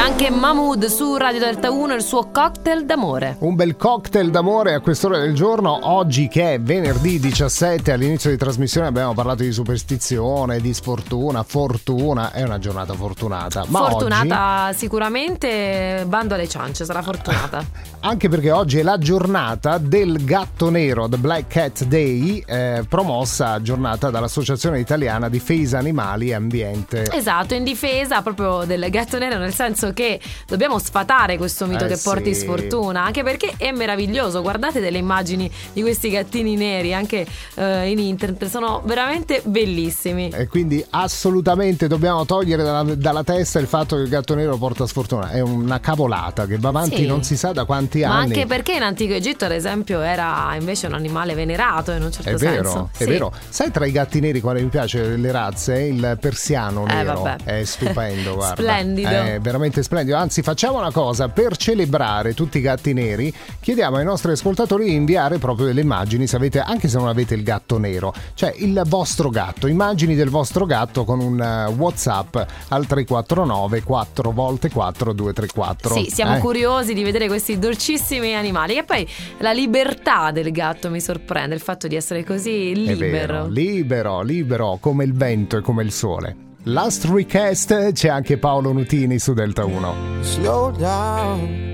anche Mahmood su Radio Delta 1, il suo cocktail d'amore. Un bel cocktail d'amore a quest'ora del giorno. Oggi che è venerdì 17, all'inizio di trasmissione abbiamo parlato di superstizione, di sfortuna, fortuna. È una giornata fortunata. Ma fortunata oggi... sicuramente, bando alle ciance, sarà fortunata. Anche perché oggi è la giornata del gatto nero, The Black Cat Day, promossa giornata dall'Associazione Italiana Difesa Animali e Ambiente. Esatto, in difesa proprio del gatto nero, nel senso che dobbiamo sfatare questo mito che porti sfortuna, anche perché è meraviglioso. Guardate delle immagini di questi gattini neri anche in internet, sono veramente bellissimi. E quindi assolutamente dobbiamo togliere dalla testa il fatto che il gatto nero porta sfortuna. È una cavolata che va avanti non si sa da quanti anni. Ma anche perché in antico Egitto, ad esempio, era invece un animale venerato in un certo senso. È vero. Sai, tra i gatti neri quale mi piace le razze? Il persiano nero. Vabbè. È stupendo, guarda. Splendido. È veramente splendido. Anzi, facciamo una cosa: per celebrare tutti i gatti neri, chiediamo ai nostri ascoltatori di inviare proprio delle immagini, se avete, anche se non avete il gatto nero, cioè il vostro gatto, immagini del vostro gatto con un WhatsApp al 349 4x4 234. Sì, siamo curiosi di vedere questi dolcissimi animali. E poi la libertà del gatto mi sorprende, il fatto di essere così libero. Libero come il vento e come il sole. Last Request, c'è anche Paolo Nutini su Delta 1. Slow down,